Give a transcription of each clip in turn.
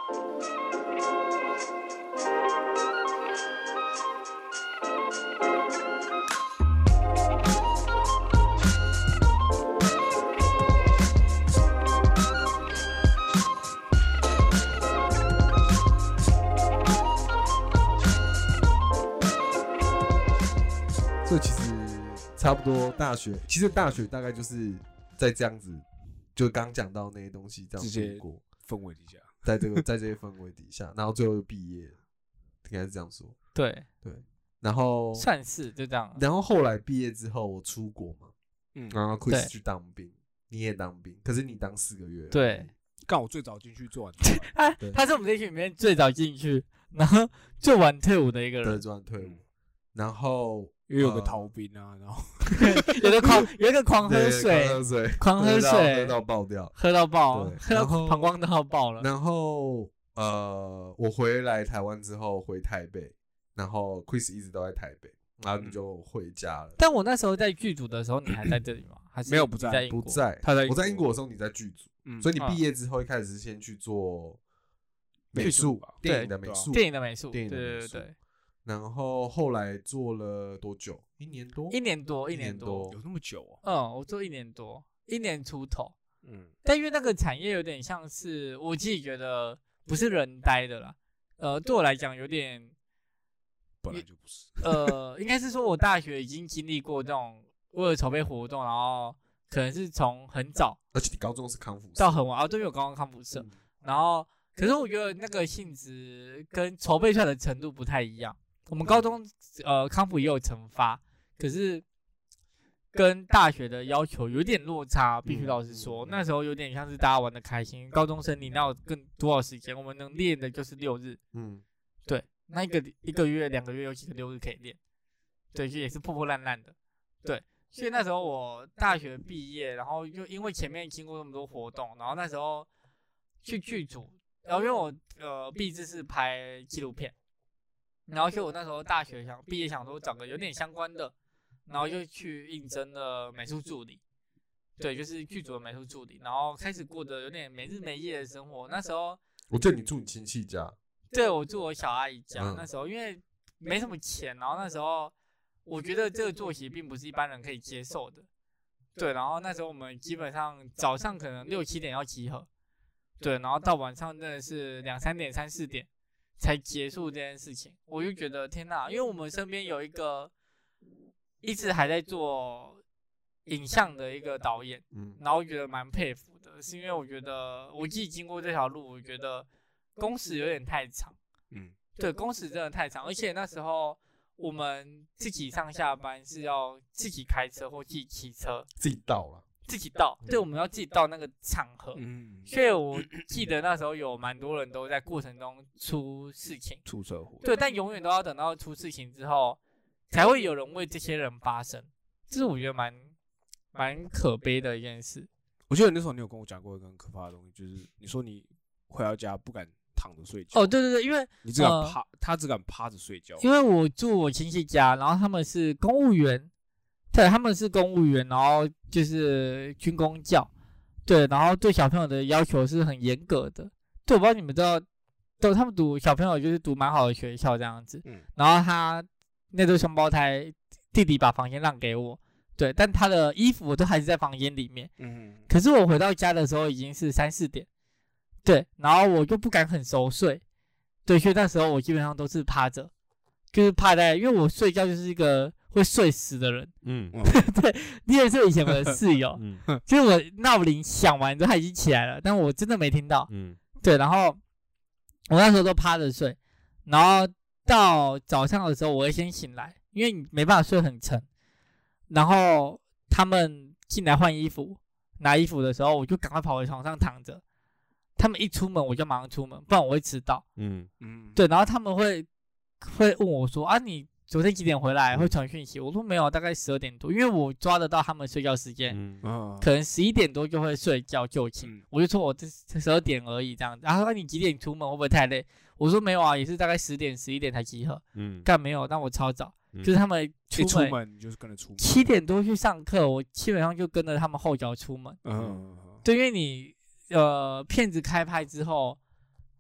所以其实差不多大学，其实大学大概就是在这样子，就刚讲到那些东西这样度过氛围底下， 在这些氛围底下，然后最后就毕业了，应该是这样说。 对， 然后算是就这样。 然后后来毕业之后，我出国嘛，然后 Chris 去当兵，你也当兵，可是你当4个月。 对， 刚我最早进去做完， 他是我们这群里面最早进去，然后最晚退伍的一个人。 对，最晚退伍。然后因为有个逃兵啊，然后有一个狂喝水， 喝到爆掉， 喝到膀胱都要爆了。 然后我回来台湾之后回台北，然后 Chris 一直都在台北，然后你就回家了。 但我那时候在剧组的时候，你还在这里吗？还是没有不在？ 不在，我在英国的时候你在剧组，所以你毕业之后一开始是先去做美术，电影的美术， 对。 然后后来做了多久？1年多， 有那么久哦？ 我做1年多，1年出头。但因为那个产业有点像是我自己觉得不是人待的啦，对我来讲有点， 本来就不是。 应该是说我大学已经经历过这种为了筹备活动，然后可能是从很早， 而且你高中是康复社到很晚对，有高中康复社，然后可是我觉得那个性质跟筹备出来的程度不太一样。我们高中康复也有惩罚，可是跟大学的要求有点落差，必须老实说，那时候有点像是大家玩的开心，高中生你哪有更多少时间？我们能练的就是6日，对，那一个月2个月有几个6日可以练，对，就也是破破烂烂的，对，所以那时候我大学毕业，然后又因为前面经过那么多活动，然后那时候去剧组，然后因为我毕制是拍纪录片。然后就我那时候大学毕业想说找个有点相关的，然后就去应征了美术助理，对，就是剧组的美术助理，然后开始过得有点没日没夜的生活。那时候我记得你住你亲戚家， 对，我住我小阿姨家。那时候因为没什么钱，然后那时候我觉得这个作息并不是一般人可以接受的，对。然后那时候我们基本上早上可能6、7点要集合，对，然后到晚上真的是2、3点、3、4点。才结束这件事情，我就觉得天哪！因为我们身边有一个一直还在做影像的一个导演，然后我觉得蛮佩服的，是因为我觉得我自己经过这条路，我觉得工时有点太长，对，工时真的太长，而且那时候我们自己上下班是要自己开车或自己骑车， 自己到了。 自己到，对，我们要自己到那个场合，所以我记得那时候有蛮多人都在过程中出事情， 出车祸， 对，但永远都要等到出事情之后，才会有人为这些人发声，这是我觉得蛮可悲的一件事。 我记得那时候你有跟我讲过一个很可怕的东西，就是你说你回到家不敢躺着睡觉。 对，因为你只敢他只敢趴着睡觉。 因为我住我亲戚家，然后他们是公务员。对，他们是公务员，然后就是军公教，对，然后对小朋友的要求是很严格的。对，我不知道你们知道，他们小朋友就是读蛮好的学校这样子。然后他那对双胞胎弟弟把房间让给我，对，但他的衣服都还是在房间里面。可是我回到家的时候已经是3、4点，对，然后我就不敢很熟睡，对，所以那时候我基本上都是趴着，就是趴在，因为我睡觉就是一个会睡死的人，对，你也是以前我的室友，就是我闹铃响完之后他已经起来了，但我真的没听到，对，然后我那时候都趴着睡，然后到早上的时候我会先醒来，因为你没办法睡很沉，然后他们进来换衣服拿衣服的时候，我就赶快跑回床上躺着，他们一出门我就马上出门，不然我会迟到，对，然后他们会问我说啊，你昨天几点回来？会传讯息？我说没有，大概12点多，因为我抓得到他们睡觉时间，可能11点多就会睡觉就寝，我就说我这12点而已这样子。然后说你几点出门会不会太累？我说没有啊，也是大概10点11点才集合，干没有，但我超早，就是他们出门你就是跟着出门 ，7点多去上课，我基本上就跟着他们后脚出门，对，因为你片子开拍之后，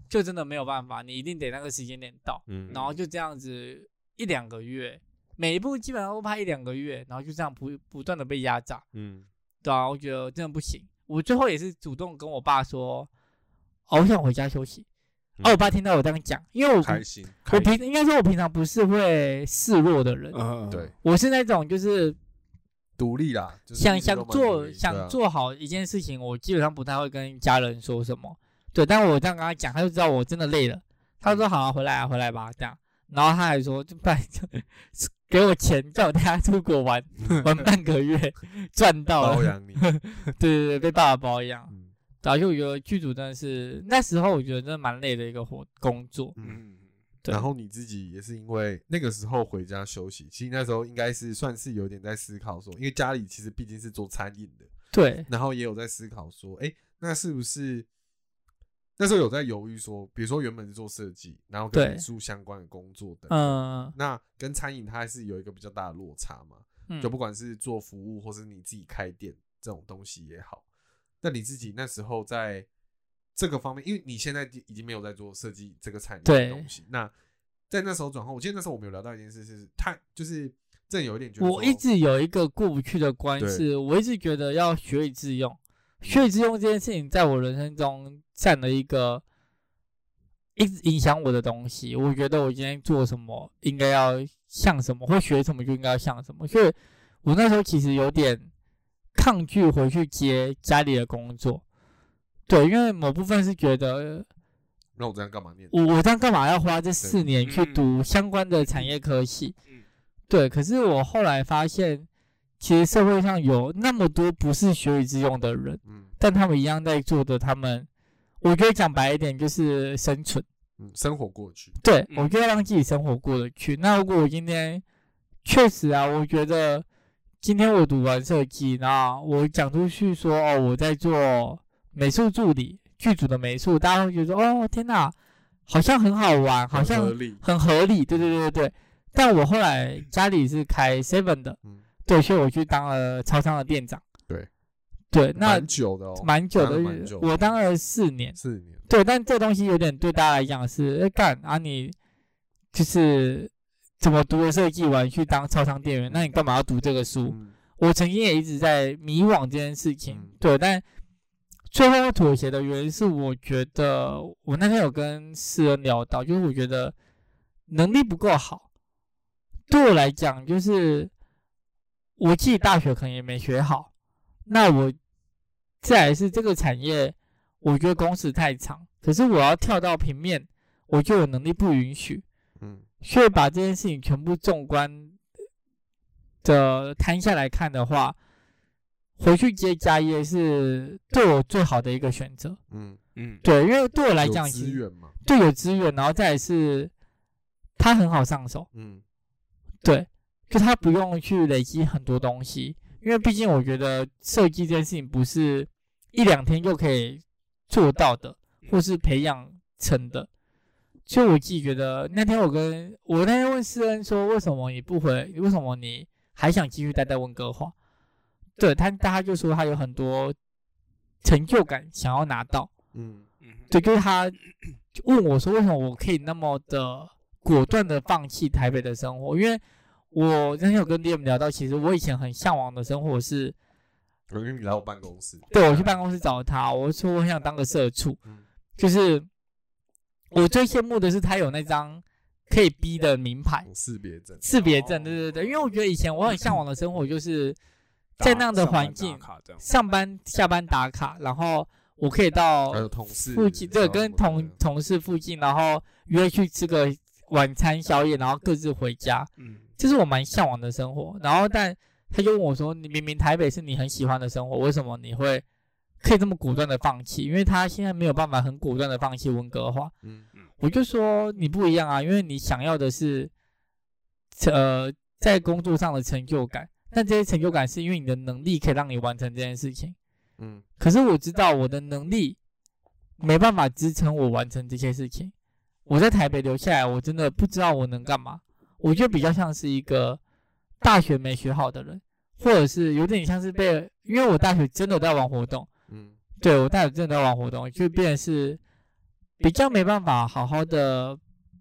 就真的没有办法，你一定得那个时间点到，然后就这样子1-2个月，每一部基本上都拍1-2个月，然后就这样不断的被压榨，对啊，我觉得真的不行。我最后也是主动跟我爸说，我想回家休息。我爸听到我这样讲，因为我开心， 应该说我平常不是会示弱的人， 对， 我是那种就是独立啦，就是想做好一件事情，我基本上不太会跟家人说什么，对，但我这样跟他讲，他就知道我真的累了，他说好回来吧，这样，然后他还说就给我钱，叫我带他出国玩半个月，赚到了， 包养你， 对，被爸爸包养。然后就我觉得剧组真的是那时候我觉得真的蛮累的一个工作， 对。然后你自己也是因为那个时候回家休息，其实那时候应该是算是有点在思考说，因为家里其实毕竟是做餐饮的， 对， 然后也有在思考说，那是不是那时候有在犹豫说，比如说原本是做设计，然后跟美术相关的工作等，那跟餐饮它还是有一个比较大的落差嘛，就不管是做服务或是你自己开店这种东西也好。那你自己那时候在这个方面，因为你现在已经没有在做设计这个产业的东西，那在那时候转换，我记得那时候我们有聊到一件事，是他就是正有一点觉得， 我一直有一个过不去的关是，我一直觉得要学以致用，学以致用这件事情在我人生中占了一个一直影响我的东西。我觉得我今天做什么应该要像什么，或学什么就应该要像什么，所以我那时候其实有点抗拒回去接家里的工作，对，因为某部分是觉得， 那我这样干嘛念？ 我这样干嘛要花这4年去读相关的产业科系？对，可是我后来发现，其实社会上有那么多不是学以致用的人，但他们一样在做的，我觉得讲白一点就是生存， 生活过去。 对，我觉得让自己生活过得去。那如果我今天确实啊，我觉得。今天我读完设计，然后我讲出去说我在做美术助理，剧组的美术，大家会觉得说天哪，好像很好玩，好像很合理，对。但我后来家里是开 7 的，对，所以我去当了超商的店长，对，那蛮久的哦， 蛮久的，我当了4年，对，但这东西有点对大家来讲是干啊，你就是。怎么读了设计完去当超商店员？那你干嘛要读这个书？我曾经也一直在迷惘这件事情，对，但最后妥协的原因是，我觉得我那天有跟世恩聊到，就是我觉得能力不够好，对我来讲，就是我自己大学可能也没学好，那我再来是这个产业，我觉得工时太长，可是我要跳到平面，我就有能力不允许。所以把这件事情全部纵观的摊下来看的话，回去接家业是对我最好的一个选择。对，因为对我来讲， 有资源嘛， 对，有资源，然后再来是它很好上手。对，就它不用去累积很多东西，因为毕竟我觉得设计这件事情不是1-2天就可以做到的，或是培养成的。所以我自己觉得，那天我那天问世恩说，为什么你不回？为什么你还想继续待在温哥华？对他就说他有很多成就感想要拿到。对，就是他问我说，为什么我可以那么的果断的放弃台北的生活？因为我那天有跟 Liam 聊到，其实我以前很向往的生活是， 因为你来我办公室， 对，我去办公室找他，我说我很想当个社畜，就是。我最羡慕的是他有那张可以逼的名牌识别证， 对，因为我觉得以前我很向往的生活就是在那样的环境，上班下班打卡，然后我可以到附近，对，跟同事附近，然后约去吃个晚餐宵夜，然后各自回家，这是我蛮向往的生活。然后但他就问我说，你明明台北是你很喜欢的生活，为什么你会可以这么果断的放弃？因为他现在没有办法很果断的放弃温哥华。我就说你不一样啊，因为你想要的是在工作上的成就感，但这些成就感是因为你的能力可以让你完成这件事情。可是我知道我的能力没办法支撑我完成这些事情。我在台北留下来，我真的不知道我能干嘛。我就比较像是一个大学没学好的人，或者是有点像是因为我大学真的在玩活动，对，我大学真的在玩活动，就变成是比较没办法好好的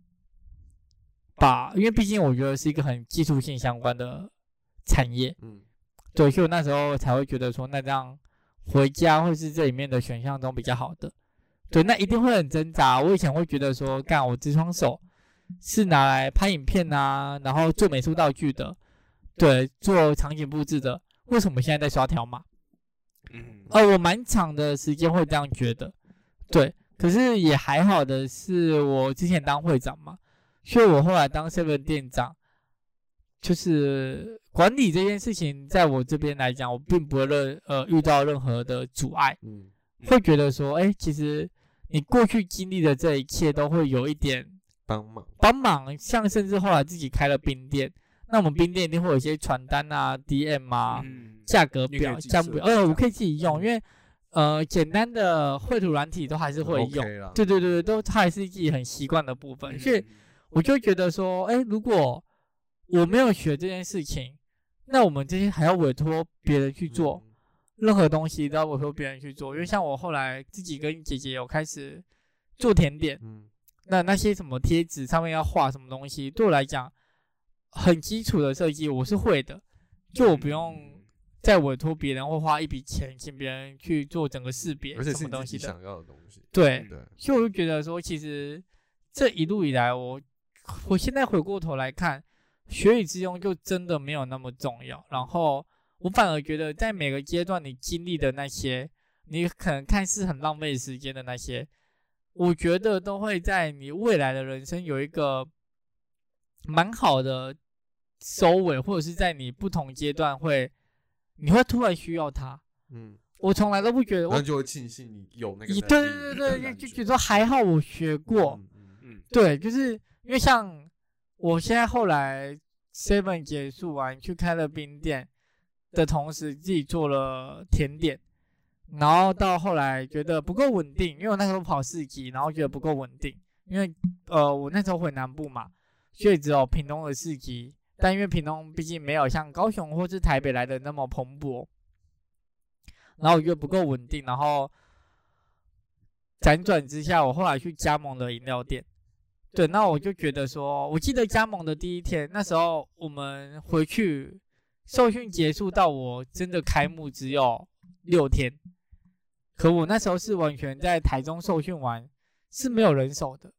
因为毕竟我觉得是一个很技术性相关的产业，对，所以我那时候才会觉得说，那这样回家会是这里面的选项中比较好的。对，那一定会很挣扎。我以前会觉得说，干我这双手是拿来拍影片啊，然后做美术道具的，对，做场景布置的，为什么现在在刷条码？我蛮长的时间会这样觉得，对。可是也还好的是，我之前当会长嘛，所以我后来当 7 店长，就是管理这件事情，在我这边来讲，我并不会遇到任何的阻碍，会觉得说，其实你过去经历的这一切都会有一点帮忙，像甚至后来自己开了冰店，那我们冰店一定会有一些传单啊、DM 啊、价格表、项目表，我可以自己用，因为简单的绘图软体都还是会用，对，都它还是自己很习惯的部分，所以我就觉得说，如果我没有学这件事情，那我们这些还要委托别人去做，任何东西都要委托别人去做，因为像我后来自己跟姐姐有开始做甜点，那些什么贴纸上面要画什么东西，对我来讲很基础的设计我是会的，就我不用再委托别人或花一笔钱请别人去做整个识别什么东西的， 想要的东西。 对，所以我就觉得说，其实这一路以来，我现在回过头来看，学以致用就真的没有那么重要。然后我反而觉得，在每个阶段你经历的那些，你可能看似很浪费时间的那些，我觉得都会在你未来的人生有一个蛮好的收尾，或者是在你不同阶段你会突然需要它。我从来都不觉得， 那就会庆幸你有那个能力。 对，就觉得还好我学过。对，就是因为像我现在后来 7 结束完去开了冰店的同时，自己做了甜点，然后到后来觉得不够稳定，因为我那时候跑市集，然后觉得不够稳定，因为我那时候回南部嘛，所以只有屏东的市集，但因为屏东毕竟没有像高雄或是台北来的那么蓬勃，然后我觉得不够稳定，然后辗转之下，我后来去加盟了饮料店。对，那我就觉得说，我记得加盟的第一天，那时候我们回去受训结束到我真的开幕只有6天，可我那时候是完全在台中受训完是没有人手的，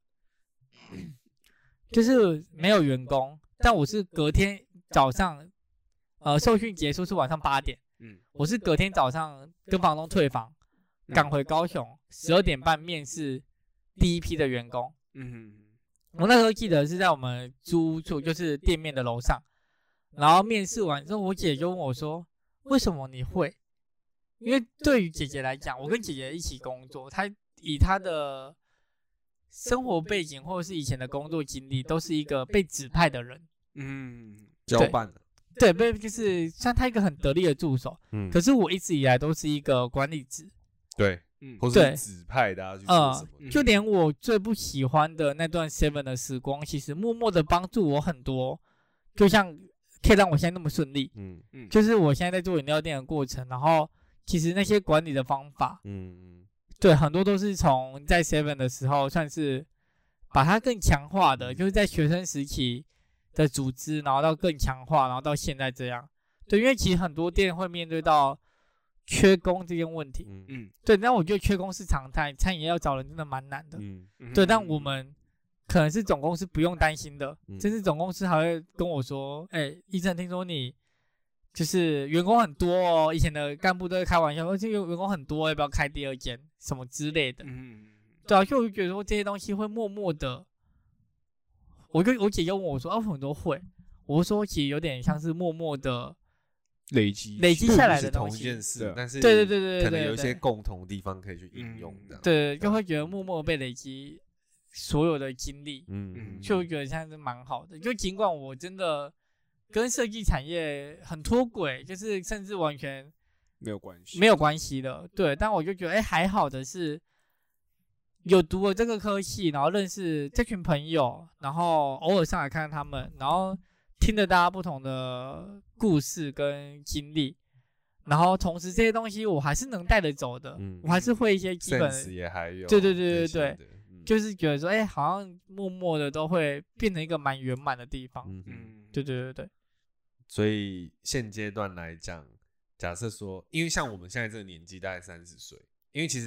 就是没有员工，但我是隔天早上，受训结束是晚上8点，我是隔天早上跟房东退房，赶回高雄，12点半面试第一批的员工。我那时候记得是在我们租屋处，就是店面的楼上，然后面试完之后，我姐就问我说：“为什么你会？”因为对于姐姐来讲，我跟姐姐一起工作，她以她的生活背景或者是以前的工作经历，都是一个被指派的人， 交办的， 对，就是像她一个很得力的助手，可是我一直以来都是一个管理职， 对。或是指派大家去做什么， 就连我最不喜欢的那段 7 的时光，其实默默的帮助我很多，就像可以让我现在那么顺利。就是我现在在做饮料店的过程，然后其实那些管理的方法，对，很多都是从在 7 的时候算是把它更强化的，就是在学生时期的组织，然后到更强化，然后到现在这样。对，因为其实很多店会面对到缺工这件问题，对，但我觉得缺工是常态，餐饮业要找人真的蛮难的，对，但我们可能是总公司不用担心的，甚至总公司还会跟我说，医生，听说你就是员工很多哦，以前的干部都会开玩笑，这员工很多，要不要开第2间什么之类的，对啊，所以我就觉得说这些东西会默默的，我姐就问我说，为什么都会？我说其实有点像是默默的。累积下来的东西， 同一件事，但是对， 可能有一些共同的地方可以去应用的， 对，就会觉得默默被累积所有的经历，就会觉得像是蛮好的。就尽管我真的跟设计产业很脱轨，就是甚至完全没有关系的，对，但我就觉得还好的是有读了这个科系，然后认识这群朋友，然后偶尔上来看看他们，然后听着大家不同的故事跟经历，然后同时这些东西我还是能带着走的，我还是会一些基本， 也还有， 对， 就是觉得说，哎，好像默默的都会变成一个蛮圆满的地方。对对对对。 所以现阶段来讲，假设说，因为像我们现在这个年纪大概30岁，因为其实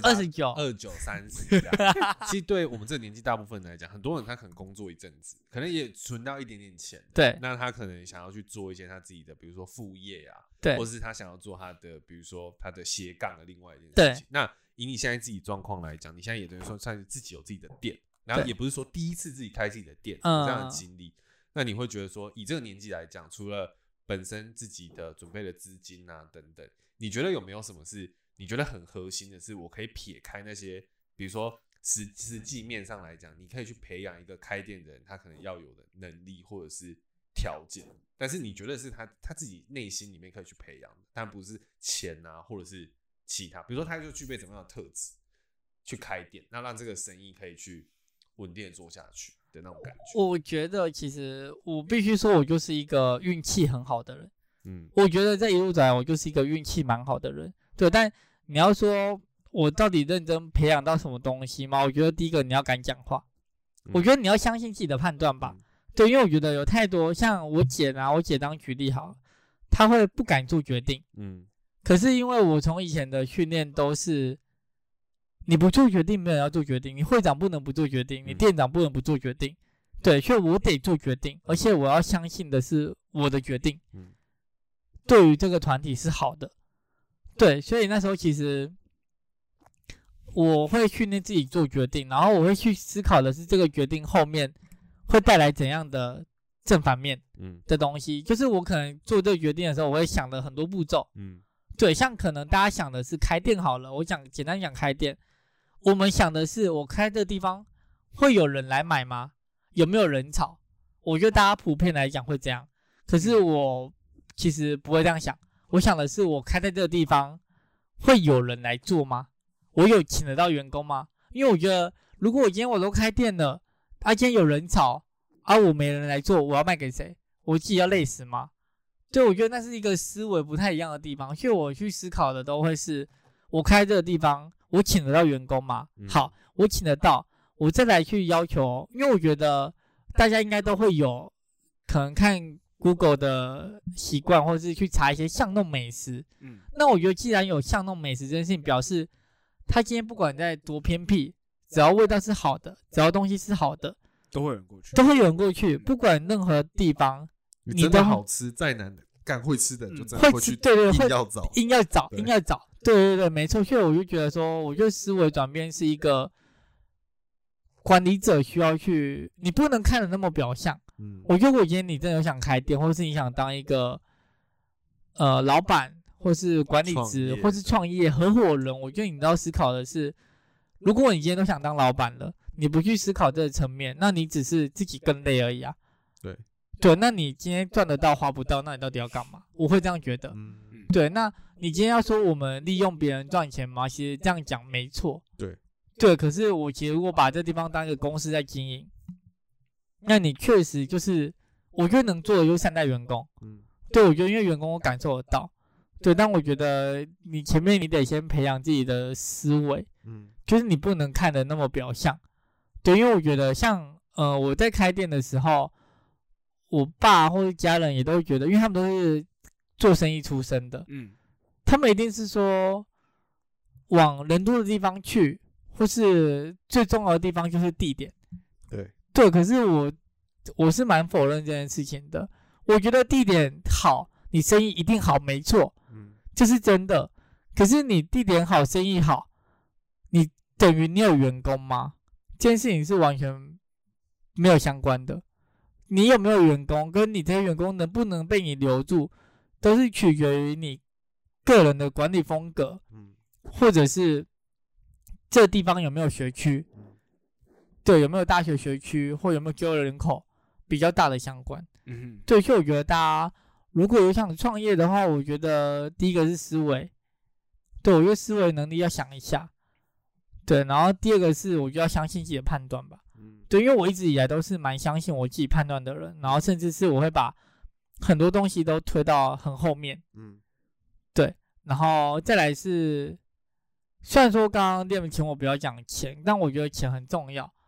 29、30这样，其实对我们这个年纪大部分来讲，很多人他可能工作一阵子，可能也存到一点点钱， 对， 那他可能想要去做一些他自己的，比如说副业啊， 对， 或是他想要做他的，比如说他的斜杠的另外一件事情。那以你现在自己状况来讲，你现在也等于说算是自己有自己的店，然后也不是说第一次自己开自己的店有这样的经历，那你会觉得说，以这个年纪来讲，除了本身自己的准备的资金啊等等，你觉得有没有什么是你觉得很核心的是，我可以撇开那些，比如说实际面上来讲，你可以去培养一个开店的人他可能要有的能力或者是条件，但是你觉得是他自己内心里面可以去培养的，但不是钱啊或者是其他，比如说他就具备怎么样的特质去开店，那让这个生意可以去稳定的做下去的那种感觉。 我觉得其实我必须说，我就是一个运气很好的人。我觉得这一路走来，我就是一个运气蛮好的人。对，但你要说我到底认真培养到什么东西吗？我觉得第一个你要敢讲话，我觉得你要相信自己的判断吧。对，因为我觉得有太多像我姐啊，我姐当举例好，她会不敢做决定。可是因为我从以前的训练都是，你不做决定，没有人要做决定，你会长不能不做决定，你店长不能不做决定。对，所以我得做决定，而且我要相信的是我的决定。对于这个团体是好的。对，所以那时候其实我会训练自己做决定，然后我会去思考的是这个决定后面会带来怎样的正反面的东西。就是我可能做这个决定的时候，我会想了很多步骤。对，像可能大家想的是开店好了，我讲简单讲开店，我们想的是我开这个地方会有人来买吗？有没有人潮？我觉得大家普遍来讲会这样，可是我其实不会这样想。我想的是，我开在这个地方会有人来做吗？我有请得到员工吗？因为我觉得，如果我今天我都开店了，今天有人潮，我没人来做，我要卖给谁？我自己要累死吗？对，我觉得那是一个思维不太一样的地方，所以我去思考的都会是，我开这个地方，我请得到员工吗？好，我请得到，我再来去要求，因为我觉得大家应该都会有可能看Google 的习惯，或是去查一些巷弄美食。那我觉得既然有巷弄美食这件事情，表示他今天不管在多偏僻，只要味道是好的，只要东西是好的， 都会有人过去， 都会有人过去。不管任何地方， 你真的好吃，再难的干会吃的人就真的会去， 对， 硬要找， 硬要找。对，没错。所以我就觉得说，我觉得思维转变是一个管理者需要去，你不能看得那么表象。我觉得我今天你真的有想开店，或是你想当一个老板，或是管理职，或是创业合伙人，我觉得你都要思考的是，如果你今天都想当老板了，你不去思考这个层面，那你只是自己更累而已啊。对，那你今天赚得到花不到，那你到底要干嘛？我会这样觉得。对，那你今天要说我们利用别人赚钱吗？其实这样讲没错。对，可是我其实如果把这地方当一个公司在经营，那你确实就是，我觉得能做的就是善待员工。对，我觉得因为员工我感受得到。对，但我觉得你前面你得先培养自己的思维。就是你不能看得那么表象。对，因为我觉得像我在开店的时候，我爸或者家人也都会觉得，因为他们都是做生意出身的，他们一定是说往人多的地方去，或是最重要的地方就是地点。对，可是我是蛮否认这件事情的。我觉得地点好，你生意一定好，没错，这是真的。可是你地点好，生意好，你等于你有员工吗？这件事情是完全没有相关的。你有没有员工，跟你这些员工能不能被你留住，都是取决于你个人的管理风格，或者是这地方有没有学区。对，有没有大学学区，或有没有就业人口比较大的相关。对，所以我觉得大家如果有想创业的话，我觉得第一个是思维。对，我觉得思维能力要想一下。对，然后第二个是我就要相信自己的判断吧。对，因为我一直以来都是蛮相信我自己判断的人，然后甚至是我会把很多东西都推到很后面。对，然后再来是，虽然说刚刚店请我不要讲钱，但我觉得钱很重要。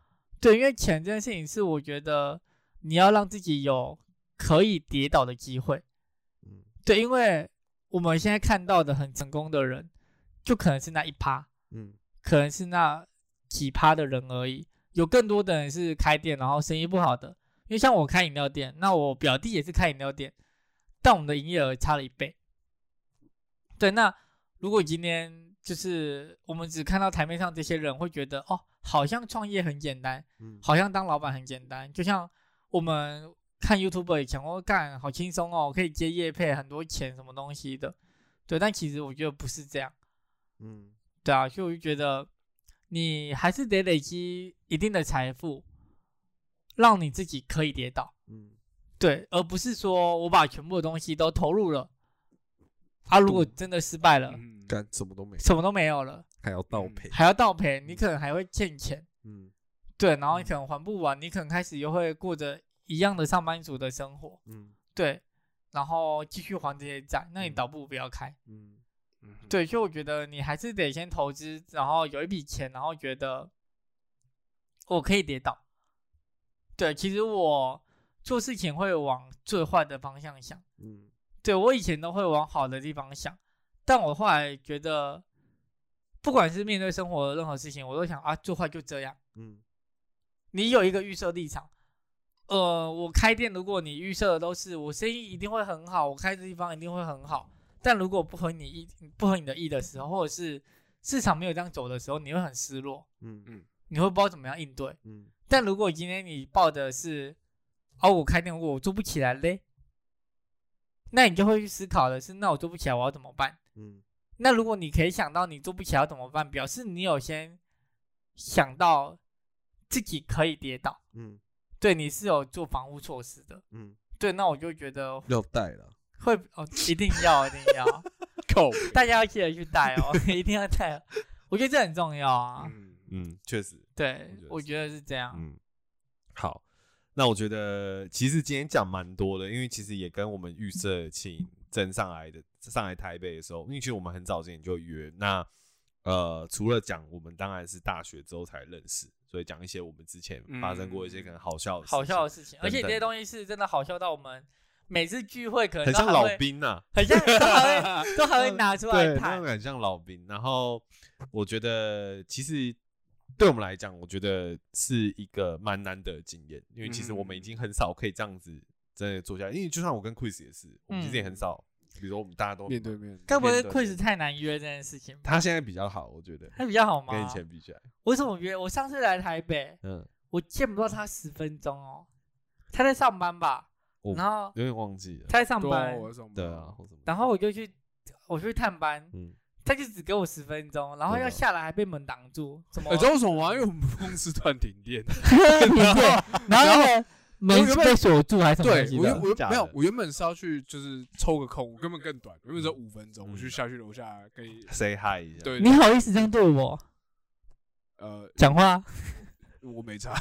对，因为钱这件事情是我觉得你要让自己有可以跌倒的机会。对，因为我们现在看到的很成功的人，就可能是那1%，可能是那几%的人而已。有更多的人是开店然后生意不好的，因为像我开饮料店，那我表弟也是开饮料店，但我们的营业额差了1倍。对，那如果今天就是我们只看到台面上这些人，会觉得哦，好像创业很简单，好像当老板很简单，就像我们看 YouTuber 以前我干好轻松哦，可以接业配很多钱什么东西的，对，但其实我觉得不是这样，对啊，所以我就觉得你还是得累积一定的财富，让你自己可以跌倒，对，而不是说我把全部的东西都投入了，如果真的失败了， 干什么都没， 什么都没有了， 还要倒赔， 你可能还会欠钱，对，然后你可能还不完，你可能开始又会过着一样的上班族的生活，对，然后继续还这些债，那你倒不如不要开，对，所以我觉得你还是得先投资，然后有一笔钱，然后觉得我可以跌倒，对，其实我做事情会往最坏的方向想，对，我以前都会往好的地方想，但我后来觉得，不管是面对生活的任何事情，我都想最坏就这样，你有一个预设立场，我开店，如果你预设的都是我生意一定会很好，我开的地方一定会很好，但如果不合你的意的时候，或者是市场没有这样走的时候，你会很失落，你会不知道怎么样应对，但如果今天你抱的是，我开店我做不起来嘞，那你就会去思考的是，那我做不起来我要怎么办？那如果你可以想到你做不起来要怎么办，表示你有先想到自己可以跌倒，对，你是有做防护措施的，对，那我就觉得要带了， 会一定要大家要记得去带哦，一定要带，我觉得这很重要啊， 确实， 对，我觉得是这样， 好，那我觉得其实今天讲蛮多的，因为其实也跟我们预设请真上来台北的时候，因为其实我们很早之前就约，那除了讲我们当然是大学之后才认识，所以讲一些我们之前发生过一些可能好笑的事情， 而且这些东西是真的好笑到我们每次聚会可能很像老兵啊， 很像都还会拿出来谈， 对，很像老兵。然后我觉得其实对我们来讲，我觉得是一个蛮难得的经验，因为其实我们已经很少可以这样子真的坐下来，因为就算我跟 Chris 也是，我们其实也很少，比如说我们大家都面对面， 该不会 Chris 太难约这件事情？ 他现在比较好，我觉得他比较好吗？ 跟以前比起来， 为什么约？我上次来台北，我见不到他10分钟哦，他在上班吧？然后有点忘记了， 他在上班， 对啊， 然后我去探班，他就只给我10分钟，然后要下来还被门挡住，怎么？ 知道为什么吗？因为我们公司突然停电， 然后门被锁住还是什么东西的？ 对，没有，我原本是要去就是抽个空，我根本更短，原本只有5分钟，我就下去楼下跟你 say hi 一下。 对， 你好意思这样对我？讲话， 我没差。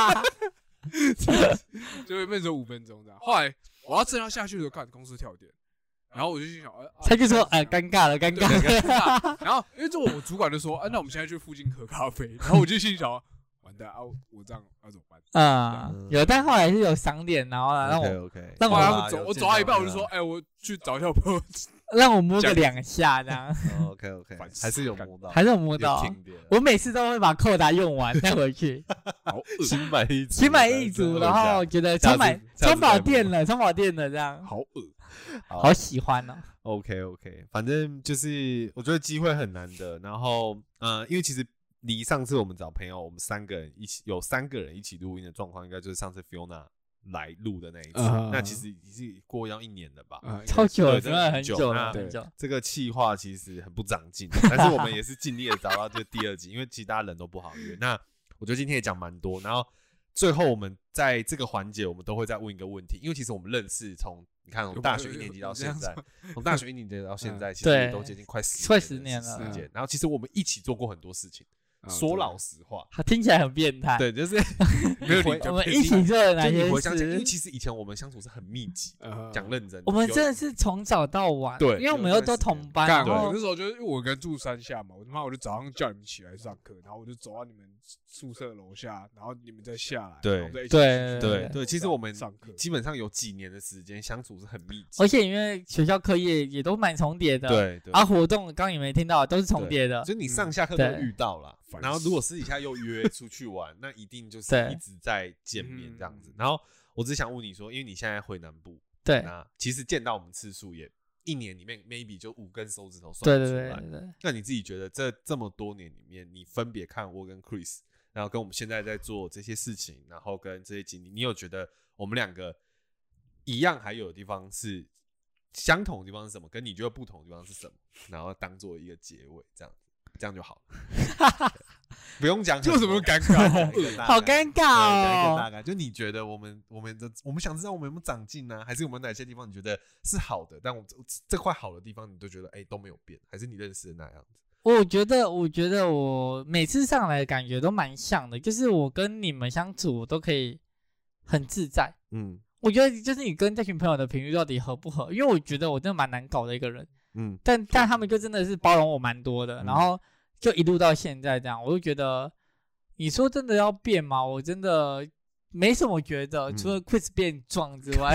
就原本只有5分钟这样，后来我要正要下去的时候，看公司跳电，然后我就心想， 他就说，尴尬了。 然后因为我主管就说，那我们现在去附近喝咖啡，然后我就心想，完蛋我这样要怎么办？ 有，但后来是有赏脸，然后让我走，我走到一半我就说，我去找一下我朋友。 让我摸个2下这样。 OK， 还是有摸到，我每次都会把扣打用完再回去。 心满意足，然后觉得充饱电了这样。 好恶， 好喜欢哦。 OK， 反正就是我觉得机会很难得，然后因为其实离上次我们找朋友，我们3个人有3个人一起录音的状况，应该就是上次 Fiona 来录的那一次，那其实已经过要1年了吧， 超久了，真的很久了。 这个企划其实很不长进，但是我们也是尽力的找到这第2集，因为其他人都不好约。那我觉得今天也讲蛮多，然后最后我们在这个环节，我们都会再问一个问题，因为其实我们认识从大学1年级到现在，从大学1年级到现在，其实也都接近快10年了时间。然后其实我们一起做过很多事情， 说老实话， 听起来很变态。 对，就是没有我们一起做了哪些事？ 因为其实以前我们相处是很密集，讲认真， 我们真的是从早到晚， 对， 因为我们又都同班。然后那时候就是因为我跟住山下嘛，我就早上叫你们起来上课，然后我就走到你们宿舍楼下，然后你们再下来， 对，其实我们基本上有几年的时间相处是很密集， 而且因为学校课业也都蛮重叠的， 对， 活动刚刚你们听到都是重叠的， 就你上下课都遇到了，然后如果私底下又约出去玩，那一定就是一直在见面这样子。然后我只想问你说，因为你现在回南部， 对， 那其实见到我们次数也1年里面 maybe 就5根手指头算得出来。 对。 那你自己觉得这么多年里面，你分别看我跟 Chris， 然后跟我们现在在做这些事情，然后跟这些经历，你有觉得我们2个一样，还有的地方是相同的地方是什么？跟你觉得不同的地方是什么？然后当做一个结尾，这样就好了。不用讲， 就什么尴尬， 好尴尬哦。大概就你觉得我们想知道我们有没有长进呢？还是有没有哪些地方你觉得是好的，但我这块好的地方你都觉得都没有变，还是你认识的那样子？ 我觉得我每次上来的感觉都蛮像的，就是我跟你们相处，我都可以很自在。我觉得就是你跟这群朋友的频率到底合不合？因为我觉得我真的蛮难搞的一个人。但他们就真的是包容我蛮多的，然后就一路到现在这样，我就觉得你说真的要变吗？我真的没什么觉得，除了 Chris 变壮之外，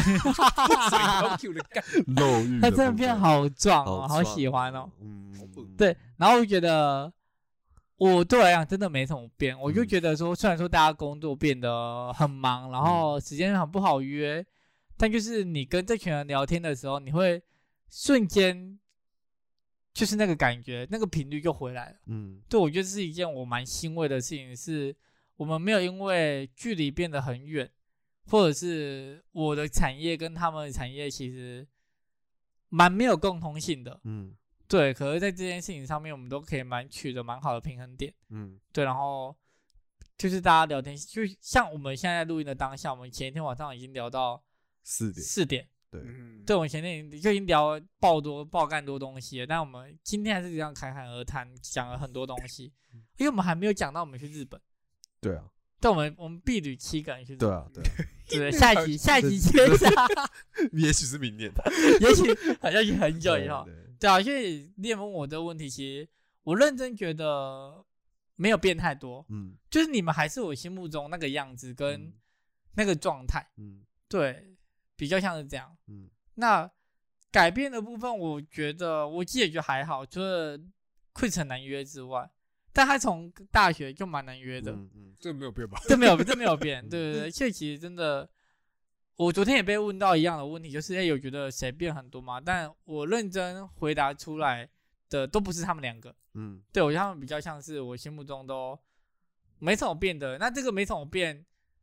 他真的变好壮哦，好喜欢哦。对，然后我觉得我对我来讲真的没什么变，我就觉得说，虽然说大家工作变得很忙，然后时间很不好约，但就是你跟这群人聊天的时候，你会瞬间。就是那个感觉，那个频率就回来了。对，我觉得是一件我蛮欣慰的事情，是我们没有因为距离变得很远，或者是我的产业跟他们的产业其实蛮没有共同性的。对，可是在这件事情上面，我们都可以取得蛮好的平衡点。对，然后就是大家聊天，就像我们现在录音的当下，我们前一天晚上已经聊到4点。对，我们前天就已经聊爆干多东西了，但我们今天还是这样侃侃而谈，讲了很多东西，因为我们还没有讲到我们去日本。 对啊， 但我们必旅7个人去日本。 对， 下一集接下， 也许是明年， 也许好像是很久以后。对啊，所以你问我的问题，其实我认真觉得没有变太多。就是你们还是我心目中那个样子跟那个状态。对。比较像是这样，那改变的部分，我觉得我自己也觉得还好，除了Chris很难约之外，但他从大学就蛮难约的， 这没有变吧？ 这没有变，对，所以其实真的，我昨天也被问到一样的问题，就是有觉得谁变很多吗？但我认真回答出来的都不是他们2个，对，我觉得他们比较像是我心目中都没什么变的。那这个没什么变，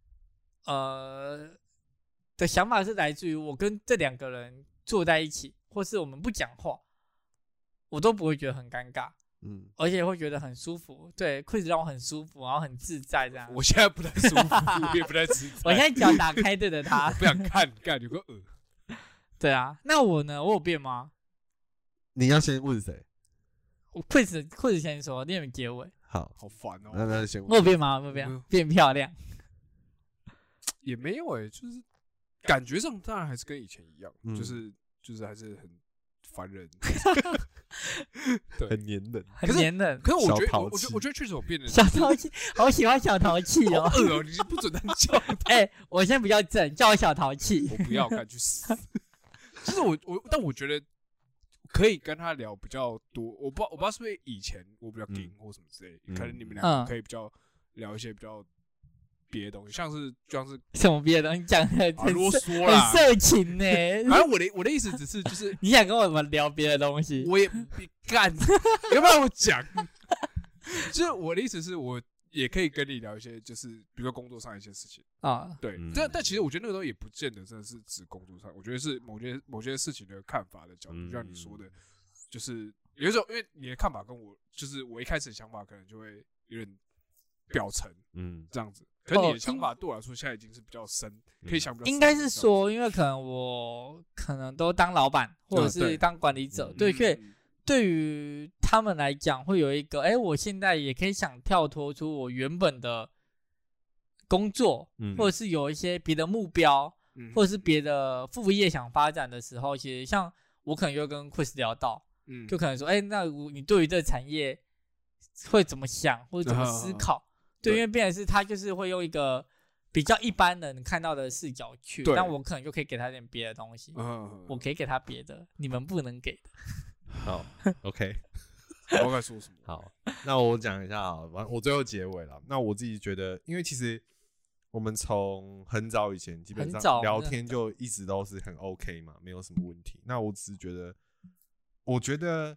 的想法是来自于我跟这2个人坐在一起，或是我们不讲话，我都不会觉得很尴尬，而且会觉得很舒服。对 ，Chris 让我很舒服，然后很自在这样。 我现在不太舒服，我也不太自在。 我现在脚打开对着他， 不想看，有个对啊，那我呢？我有变吗？ 你要先问谁 ？Chris 先说，你有结尾。 好烦哦。 那先问。 我有变吗？我有变，变漂亮。 也没有就是感觉上当然还是跟以前一样，就是还是很烦人， 对，很黏人， 很黏人。 可是我觉得确实有变得小淘气，好喜欢小淘气哦。 好恶哦，你不准他叫。 我现在比较正，叫我小淘气。 我不要，赶去死。就是但我觉得可以跟他聊比较多。我不知道是不是以前我比较硬或什么之类，可能你们2个可以比较聊一些比较。别的东西，像是什么别的东西讲的很啰嗦啦， 很色情呢。 反正我的意思只是就是你想跟我们聊别的东西， 我也干，要不然我讲。就是我的意思是我也可以跟你聊一些，就是比如说工作上一些事情啊。对，但其实我觉得那个东西也不见得真的是指工作上，我觉得是某些事情的看法的角度，就像你说的，就是有一种因为你的看法跟我就是我一开始的想法可能就会有点表层，这样子。可你的想法对我来说现在已经是比较深，可以想比较深。 应该是说，因为我可能都当老板或者是当管理者，对，所以对于他们来讲，会有一个，我现在也可以想跳脱出我原本的工作，或者是有一些别的目标，或者是别的副业想发展的时候，其实像我可能就跟 Chris 聊到，就可能说，那你对于这个产业会怎么想，或者怎么思考？对，因为变成是他就是会用一个比较一般人看到的视角去，但我可能就可以给他点别的东西，我可以给他别的，你们不能给的。 好 ，OK， 我该说什么？ 好，那我讲一下啊，我最后结尾了。那我自己觉得，因为其实我们从很早以前基本上聊天就一直都是很 OK 嘛，没有什么问题。那我只是觉得，我觉得，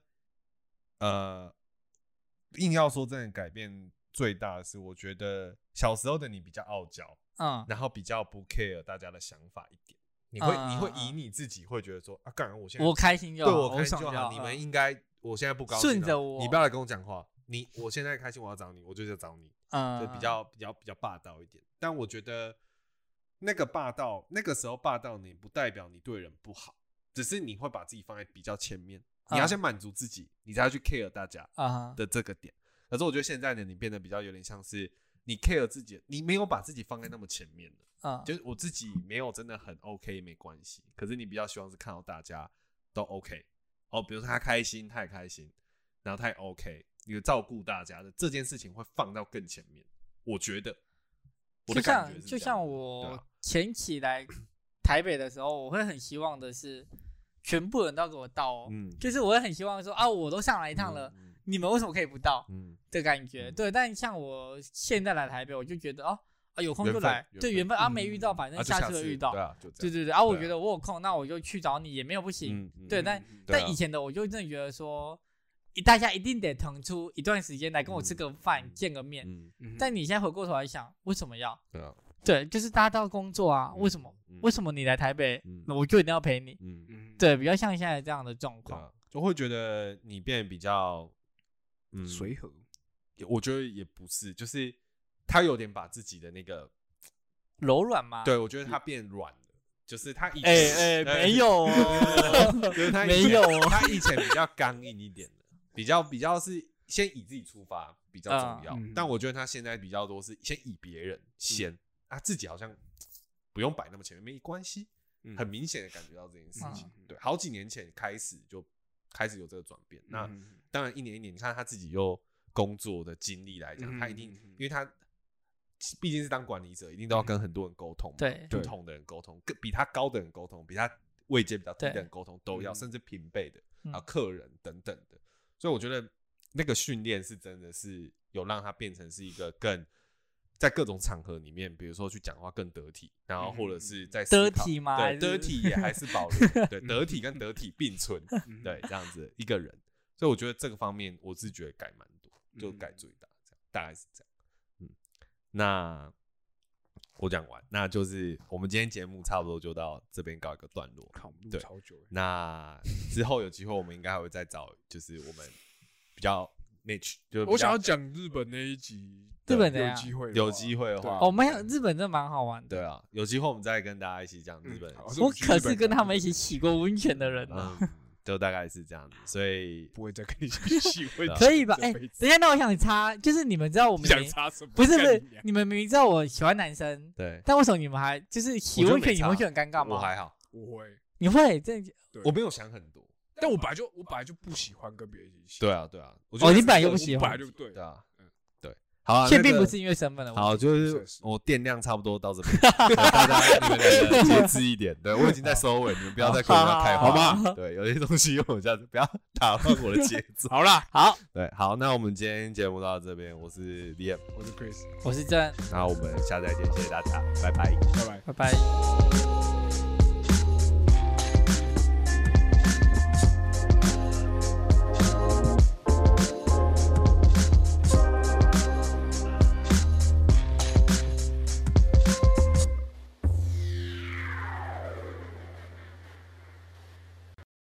硬要说真的改变最大的是，我觉得小时候的你比较傲娇，然后比较不 care 大家的想法一点。你会以你自己会觉得说啊，干我现在我开心就好， 对我开心就好。你们应该，我现在不高兴， 顺着我， 你不要来跟我讲话。我现在开心，我要找你，我就是要找你。就比较霸道一点。但我觉得那个霸道，那个时候霸道，你不代表你对人不好，只是你会把自己放在比较前面。你要先满足自己，你才要去 care 大家的这个点。可是我觉得现在呢，你变得比较有点像是你 care 自己，你没有把自己放在那么前面了。就是我自己没有真的很 OK 没关系，可是你比较希望是看到大家都 OK 比如说他开心他也开心，然后他也 OK， 你照顾大家的这件事情会放到更前面。我觉得我的感觉是就像我前期来台北的时候，我会很希望的是全部人都给我到就是我会很希望说我都上来一趟了，你们为什么可以不到的感觉。对，但像我现在来台北，我就觉得有空就来，对，缘分没遇到，反正下次会遇到，对，我觉得我有空，那我就去找你也没有不行，对，但以前的我就真的觉得说，大家一定得腾出一段时间来跟我吃个饭，见个面，但你现在回过头来想，为什么要？对，就是大家都要工作啊，为什么你来台北，我就一定要陪你？对，比较像现在这样的状况， 就会觉得你变得比较随和， 我觉得也不是，就是他有点把自己的那个柔软吗？ 对，我觉得他变软了，就是他以前没有就是他没有他以前比较刚硬一点的，比较是先以自己出发比较重要，但我觉得他现在比较多是先以别人先，自己好像不用摆那么前面，没关系，很明显的感觉到这件事情。对，好几年前开始有这个转变。那当然一年一年，你看他自己又工作的经历来讲，他一定因为他毕竟是当管理者，一定都要跟很多人沟通， 对， 不同的人沟通，比他高的人沟通，比他位阶比较低的人沟通都要，甚至平辈的客人等等的。所以我觉得那个训练是真的是有让他变成是一个更在各种场合里面，比如说去讲话更得体，然后或者是在得体吗？ 对，得体也还是保留，对，得体跟得体并存，对，这样子一个人。所以我觉得这个方面我是觉得改蛮多，就改最大，这样大概是这样。那我讲完，那就是我们今天节目差不多就到这边告一个段落。对，超久。那之后有机会我们应该还会再找，就是我们比较 match， 就我想要讲日本那一集， 日本的有机会的话， 我们日本真的蛮好玩的。 对啊，有机会我们再跟大家一起讲日本。 我可是跟他们一起洗过温泉的人啊。 就大概是这样子，所以不会再跟你洗温泉。 可以吧？等一下，那我想插，就是你们知道我们想插什么？ 不是，你们明明知道我喜欢男生， 对， 但为什么你们还就是洗温泉？你们会很尴尬吗？ 我还好， 我会。 你会？ 我没有想很多， 但我本来就不喜欢跟别人一起洗。 对啊， 你本来就不喜欢， 本来就对啊。好， 却并不是因为身份的问题。 好，就是我电量差不多到这边，大家你们两个节制一点。对，我已经在收尾，你们不要再跟我开话，好吗？对，有些东西我这样子不要打乱我的节奏。 好啦， 好， 对，好，那我们今天节目到这边，我是 Liam， 我是 Chris， 我是郑， 那我们下次再见，谢谢大家，拜拜， 拜拜。